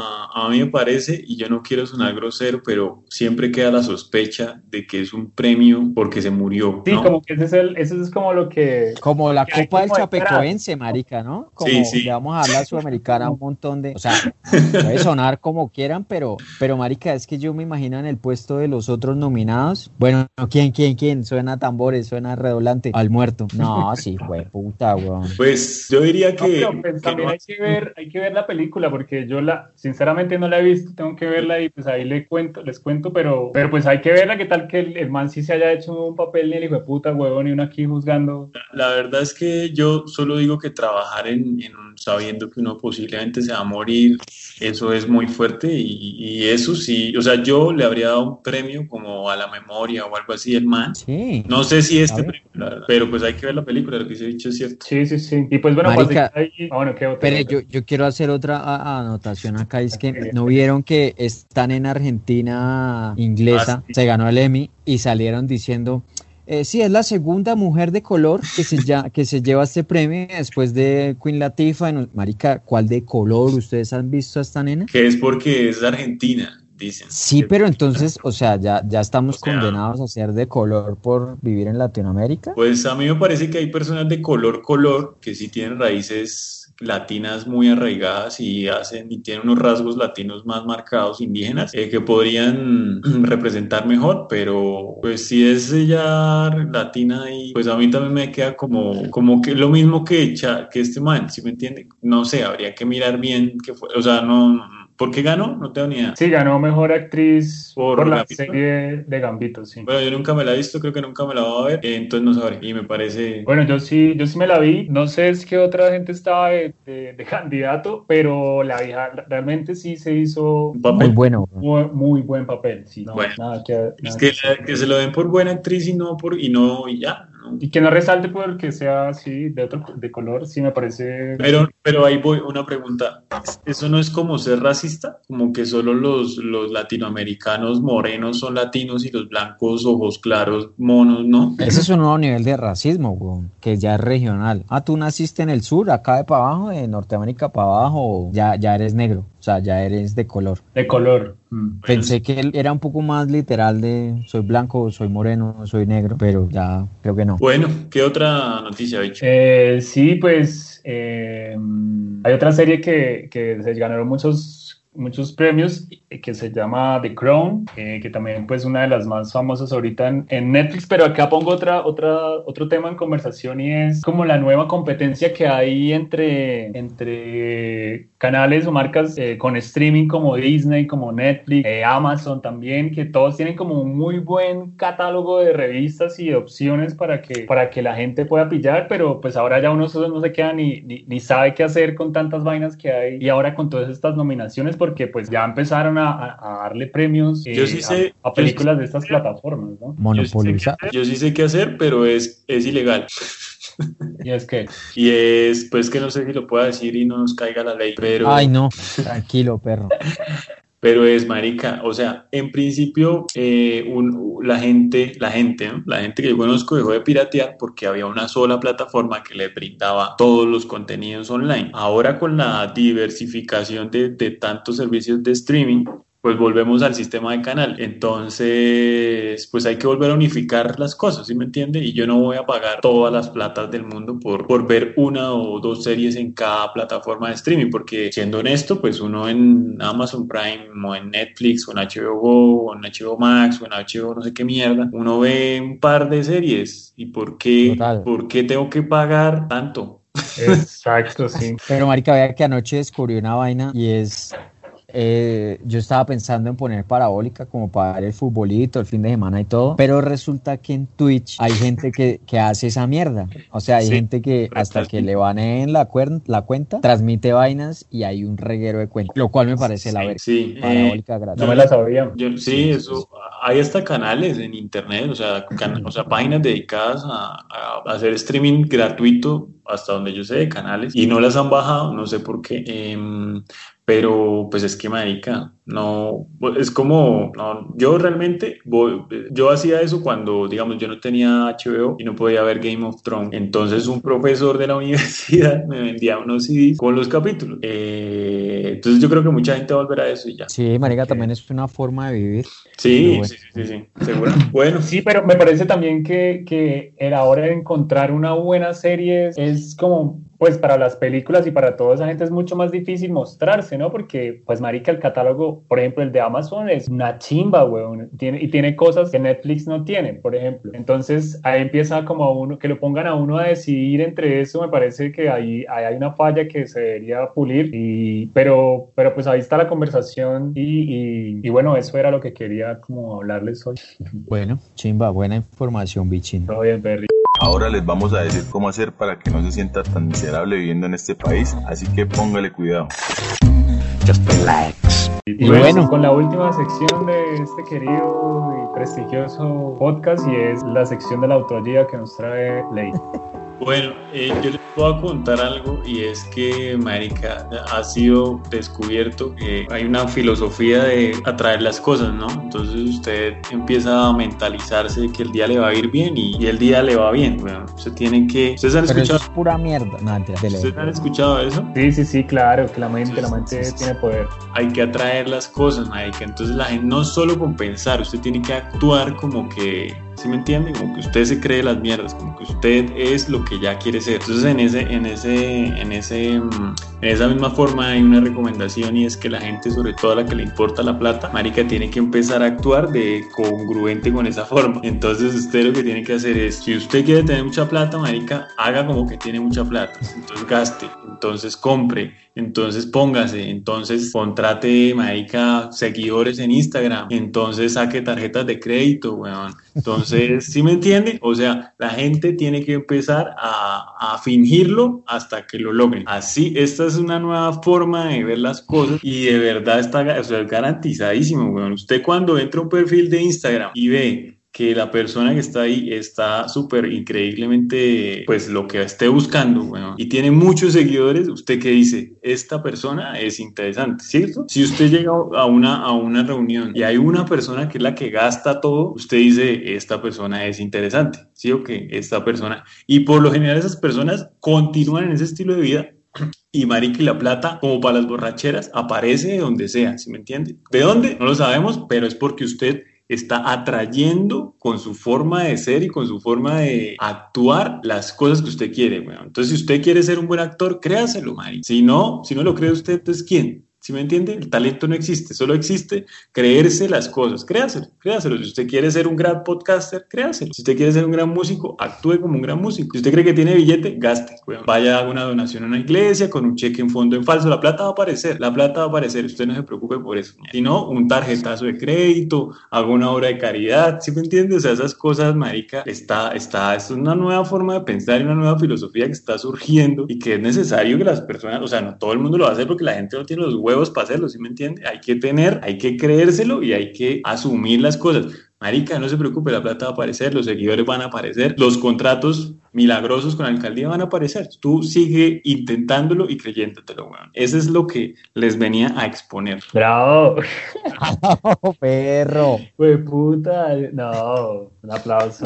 a mí me parece, y yo no quiero sonar grosero, pero siempre queda la sospecha de que es un premio porque se murió, ¿no? Sí, como que eso es como lo que... Como la Copa del Chapecoense, marica, ¿no? Como sí. Le vamos a dar la Sudamericana un montón de... O sea, puede sonar como quieran, pero marica, es que yo me imagino en el puesto de los otros nominados. Bueno, ¿quién? Suena tambores, suena redoblante. Al muerto. No, sí, fue puta, weón. Pues yo diría que... No, pero pues, también hay que ver la película, porque yo sinceramente no la he visto, tengo que verla y pues ahí les cuento, pero pues hay que verla, qué tal que el man sí se haya hecho un papel ni el hijo de puta, huevón, y uno aquí juzgando. La verdad es que yo solo digo que trabajar sabiendo que uno posiblemente se va a morir, eso es muy fuerte y eso sí, o sea, yo le habría dado un premio como a la memoria o algo así del man. Sí. No sé si premio, la verdad, pero pues hay que ver la película, lo que se ha dicho es cierto. Sí. Y pues bueno, marica, ¿qué otra? Pero yo quiero hacer otra anotación acá, es que no vieron que están en Argentina inglesa, sí. Se ganó el Emmy y salieron diciendo... sí, es la segunda mujer de color que se lleva este premio después de Queen Latifah. Marica, ¿cuál de color? ¿Ustedes han visto a esta nena? Que es porque es Argentina, dicen. Sí, pero entonces, o sea, ya estamos condenados a ser de color por vivir en Latinoamérica. Pues a mí me parece que hay personas de color que sí tienen raíces latinas muy arraigadas y tienen unos rasgos latinos más marcados, indígenas, que podrían representar mejor, pero pues si es ella latina, y pues a mí también me queda como que lo mismo que este man, ¿sí me entiende? No sé, habría que mirar bien qué fue, o sea, no. ¿Por qué ganó? No tengo ni idea. Sí, ganó Mejor Actriz por la serie de Gambito, sí. Bueno, yo nunca me la he visto, creo que nunca me la voy a ver, entonces no sabré, y me parece... Bueno, yo sí me la vi, no sé es que otra gente estaba de candidato, pero la vieja realmente sí se hizo... Un papel muy bueno. Muy buen papel, sí. No, bueno, que se lo den por buena actriz y ya. ¿No? Y que no resalte porque sea así, de color, sí me parece... Pero ahí voy, una pregunta. ¿Eso no es como ser racista? Como que solo los latinoamericanos morenos son latinos y los blancos ojos claros monos, ¿no? Ese es un nuevo nivel de racismo, güey, que ya es regional. Tú naciste en el sur, acá de para abajo, de Norteamérica para abajo, ya eres negro, o sea, ya eres de color. De color. Pensé que él era un poco más literal de soy blanco, soy moreno, soy negro, pero ya creo que no. Bueno, ¿qué otra noticia, Bicho? Sí, pues hay otra serie que se ganaron muchos premios, que se llama The Crown, que también pues una de las más famosas ahorita en Netflix, pero acá pongo otro tema en conversación, y es como la nueva competencia que hay entre canales o marcas con streaming como Disney, como Netflix, Amazon también, que todos tienen como un muy buen catálogo de revistas y de opciones para que la gente pueda pillar, pero pues ahora ya uno no se queda ni sabe qué hacer con tantas vainas que hay, y ahora con todas estas nominaciones, porque pues ya empezaron a darle premios a películas de estas plataformas, ¿no? Monopolizar. Yo sí sé qué hacer, pero es ilegal. ¿Y es qué? Y es, pues que no sé si lo pueda decir y no nos caiga la ley, pero... Ay, no, tranquilo, perro. Pero es marica, o sea, en principio la gente que yo conozco dejó de piratear porque había una sola plataforma que le brindaba todos los contenidos online. Ahora con la diversificación de tantos servicios de streaming, pues volvemos al sistema de canal. Entonces, pues hay que volver a unificar las cosas, ¿sí me entiende? Y yo no voy a pagar todas las platas del mundo por ver una o dos series en cada plataforma de streaming, porque siendo honesto, pues uno en Amazon Prime o en Netflix o en HBO Go o en HBO Max o en HBO no sé qué mierda, uno ve un par de series. ¿Y por qué tengo que pagar tanto? Exacto, sí. Pero marica, vea que anoche descubrí una vaina y es... yo estaba pensando en poner parabólica como para ver el futbolito, el fin de semana y todo, pero resulta que en Twitch hay gente que hace esa mierda. O sea, hay gente que hasta que le baneen la cuenta, transmite vainas y hay un reguero de cuentas, lo cual me parece la verga. Sí, parabólica gratis. No me la sabía. Sí, eso. Hay hasta canales en internet, o sea, páginas dedicadas a hacer streaming gratuito, hasta donde yo sé, de canales, y no las han bajado, no sé por qué. Pero pues es que marica, no, es como, no, yo realmente, yo hacía eso cuando, digamos, yo no tenía HBO y no podía ver Game of Thrones, entonces un profesor de la universidad me vendía unos CDs con los capítulos, entonces yo creo que mucha gente va a volver a eso y ya. Sí, marica, también es una forma de vivir. Sí, bueno. sí, seguro. Bueno. Sí, pero me parece también que la hora de encontrar una buena serie es como, pues para las películas y para toda esa gente es mucho más difícil mostrarse, ¿no? Porque, pues marica, el catálogo, por ejemplo, el de Amazon es una chimba, weón, tiene cosas que Netflix no tiene, por ejemplo. Entonces, ahí empieza como a uno, que lo pongan a uno a decidir entre eso, me parece que ahí hay una falla que se debería pulir, pero pues ahí está la conversación y bueno, eso era lo que quería como hablarles hoy. Bueno, chimba, buena información, bichín. Todo bien, Perry. Ahora les vamos a decir cómo hacer para que no se sienta tan miserable viviendo en este país, así que póngale cuidado. Just relax. Y bueno, con la última sección de este querido y prestigioso podcast, y es la sección de la autoayuda que nos trae Ley. Bueno, yo les puedo contar algo, y es que, marica, ha sido descubierto que hay una filosofía de atraer las cosas, ¿no? Entonces usted empieza a mentalizarse que el día le va a ir bien y el día le va bien. Bueno, ¿ustedes han escuchado? Pero eso es pura mierda. No, ¿Ustedes han escuchado eso? Sí, claro, que la mente tiene poder. Hay que atraer las cosas, marica. Entonces la gente no solo con pensar, usted tiene que actuar como que, ¿sí me entienden? Como que usted se cree las mierdas, como que usted es lo que ya quiere ser. Entonces en esa misma forma hay una recomendación, y es que la gente, sobre todo a la que le importa la plata, marica, tiene que empezar a actuar de congruente con esa forma. Entonces usted lo que tiene que hacer es, si usted quiere tener mucha plata, marica, haga como que tiene mucha plata. Entonces gaste, entonces compre, entonces póngase, entonces contrate, marica, seguidores en Instagram, entonces saque tarjetas de crédito, weón. Entonces, ¿sí me entiende? O sea, la gente tiene que empezar a fingirlo hasta que lo logren. Así, esta es una nueva forma de ver las cosas, y de verdad está, o sea, es garantizadísimo, weón. Usted cuando entra a un perfil de Instagram y ve que la persona que está ahí está súper increíblemente, pues lo que esté buscando, bueno, y tiene muchos seguidores, ¿usted qué dice? Esta persona es interesante, ¿cierto? Si usted llega a una reunión y hay una persona que es la que gasta todo, usted dice, esta persona es interesante, ¿sí o qué? Esta persona. Y por lo general esas personas continúan en ese estilo de vida. Y marica, y la plata, como para las borracheras, aparece de donde sea, ¿sí me entiende? ¿De dónde? No lo sabemos, pero es porque usted está atrayendo con su forma de ser y con su forma de actuar las cosas que usted quiere. Bueno, entonces, si usted quiere ser un buen actor, créaselo, marica. Si no lo cree usted, entonces ¿quién? ¿Sí me entiende? El talento no existe, solo existe creerse las cosas. Créaselo. Si usted quiere ser un gran podcaster, créaselo. Si usted quiere ser un gran músico, actúe como un gran músico. Si usted cree que tiene billete, gaste. Bueno, vaya a alguna donación a una iglesia con un cheque en fondo en falso. La plata va a aparecer. Usted no se preocupe por eso. Si no, un tarjetazo de crédito, haga una obra de caridad. ¿Sí me entiende? O sea, esas cosas, marica, esto es una nueva forma de pensar y una nueva filosofía que está surgiendo, y que es necesario que las personas, o sea, no todo el mundo lo va a hacer porque la gente no tiene los huevos para hacerlo, ¿sí me entiende? Hay que creérselo y hay que asumir las cosas. Marica, no se preocupe, la plata va a aparecer, los seguidores van a aparecer, los contratos milagrosos con la alcaldía van a aparecer. Tú sigue intentándolo y creyéndotelo, weón. Eso es lo que les venía a exponer. ¡Bravo! ¡Oh, perro! ¡Pues puta! No, un aplauso.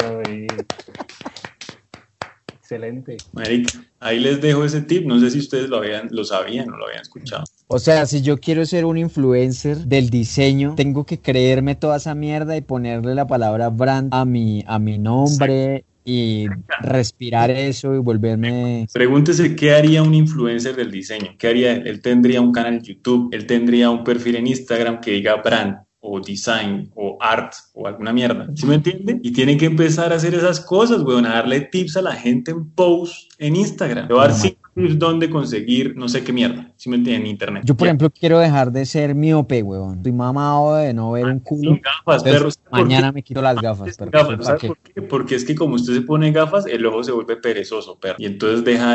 Excelente. Marica, ahí les dejo ese tip. No sé si ustedes lo sabían o lo habían escuchado. O sea, si yo quiero ser un influencer del diseño, tengo que creerme toda esa mierda y ponerle la palabra brand a mi nombre y respirar eso y volverme... Pregúntese qué haría un influencer del diseño. ¿Qué haría él? Él tendría un canal en YouTube, él tendría un perfil en Instagram que diga brand o design o art o alguna mierda. ¿Sí me entiende? Y tiene que empezar a hacer esas cosas, weón, a darle tips a la gente en posts en Instagram. Le voy a dar 5 tips dónde conseguir no sé qué mierda. ¿Sí me entiende? En internet. Yo, por ejemplo, quiero dejar de ser miope, weón. Estoy mamado de no ver un culo. Sin gafas, perro. Mañana me quito las gafas, perro. ¿Sabe por qué? Porque es que como usted se pone gafas, el ojo se vuelve perezoso, perro. Y entonces deja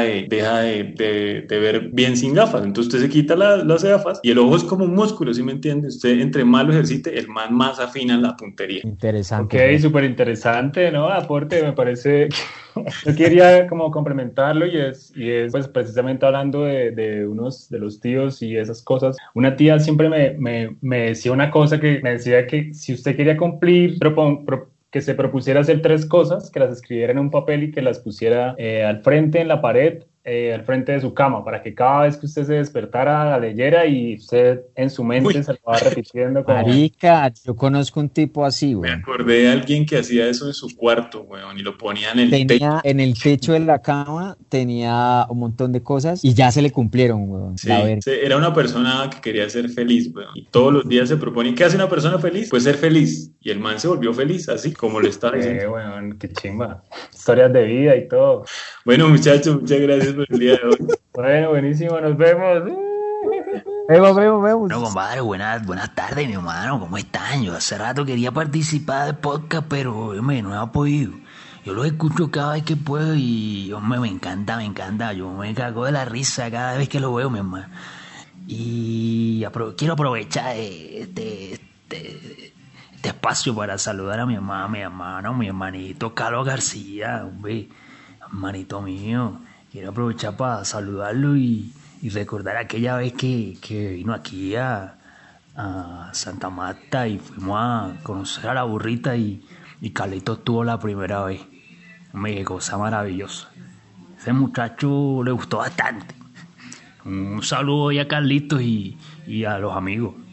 de ver bien sin gafas. Entonces usted se quita las gafas y el ojo es como un músculo, ¿sí me entiende? Usted entre más lo ejercite, el más afina la puntería. Interesante. Ok, súper interesante, ¿no? Aporte, me parece... Yo quería como complementarlo y es pues precisamente hablando de unos de los tíos y esas cosas. Una tía siempre me decía una cosa que me decía que si usted quería cumplir, que se propusiera hacer 3 cosas, que las escribiera en un papel y que las pusiera al frente en la pared, al frente de su cama, para que cada vez que usted se despertara la leyera y usted en su mente se lo va repitiendo. Como... Marica, yo conozco un tipo así, güey. Me acordé de alguien que hacía eso en su cuarto, weón, y lo ponía en el techo. En el techo de la cama tenía un montón de cosas y ya se le cumplieron, weón. Sí, era una persona que quería ser feliz, weón, y todos los días se propone, ¿qué hace una persona feliz? Pues ser feliz, y el man se volvió feliz, así como le estaba diciendo. Weón, qué chimba. Historias de vida y todo. Bueno, muchachos, muchas gracias por el día de hoy. Bueno, buenísimo, nos vemos. Vemos. Bueno, compadre, buenas tardes, mi hermano, ¿cómo están? Yo hace rato quería participar del podcast, pero, hombre, no he podido. Yo los escucho cada vez que puedo y, hombre, me encanta. Yo me cago de la risa cada vez que lo veo, mi hermano. Y quiero aprovechar este espacio para saludar a mi hermano, mi hermanito Carlos García, hombre, hermanito mío. Quiero aprovechar para saludarlo y recordar aquella vez que vino aquí a Santa Marta y fuimos a conocer a la burrita y Carlitos tuvo la primera vez. Hombre, qué cosa maravillosa. Ese muchacho le gustó bastante. Un saludo ahí a Carlitos y a los amigos.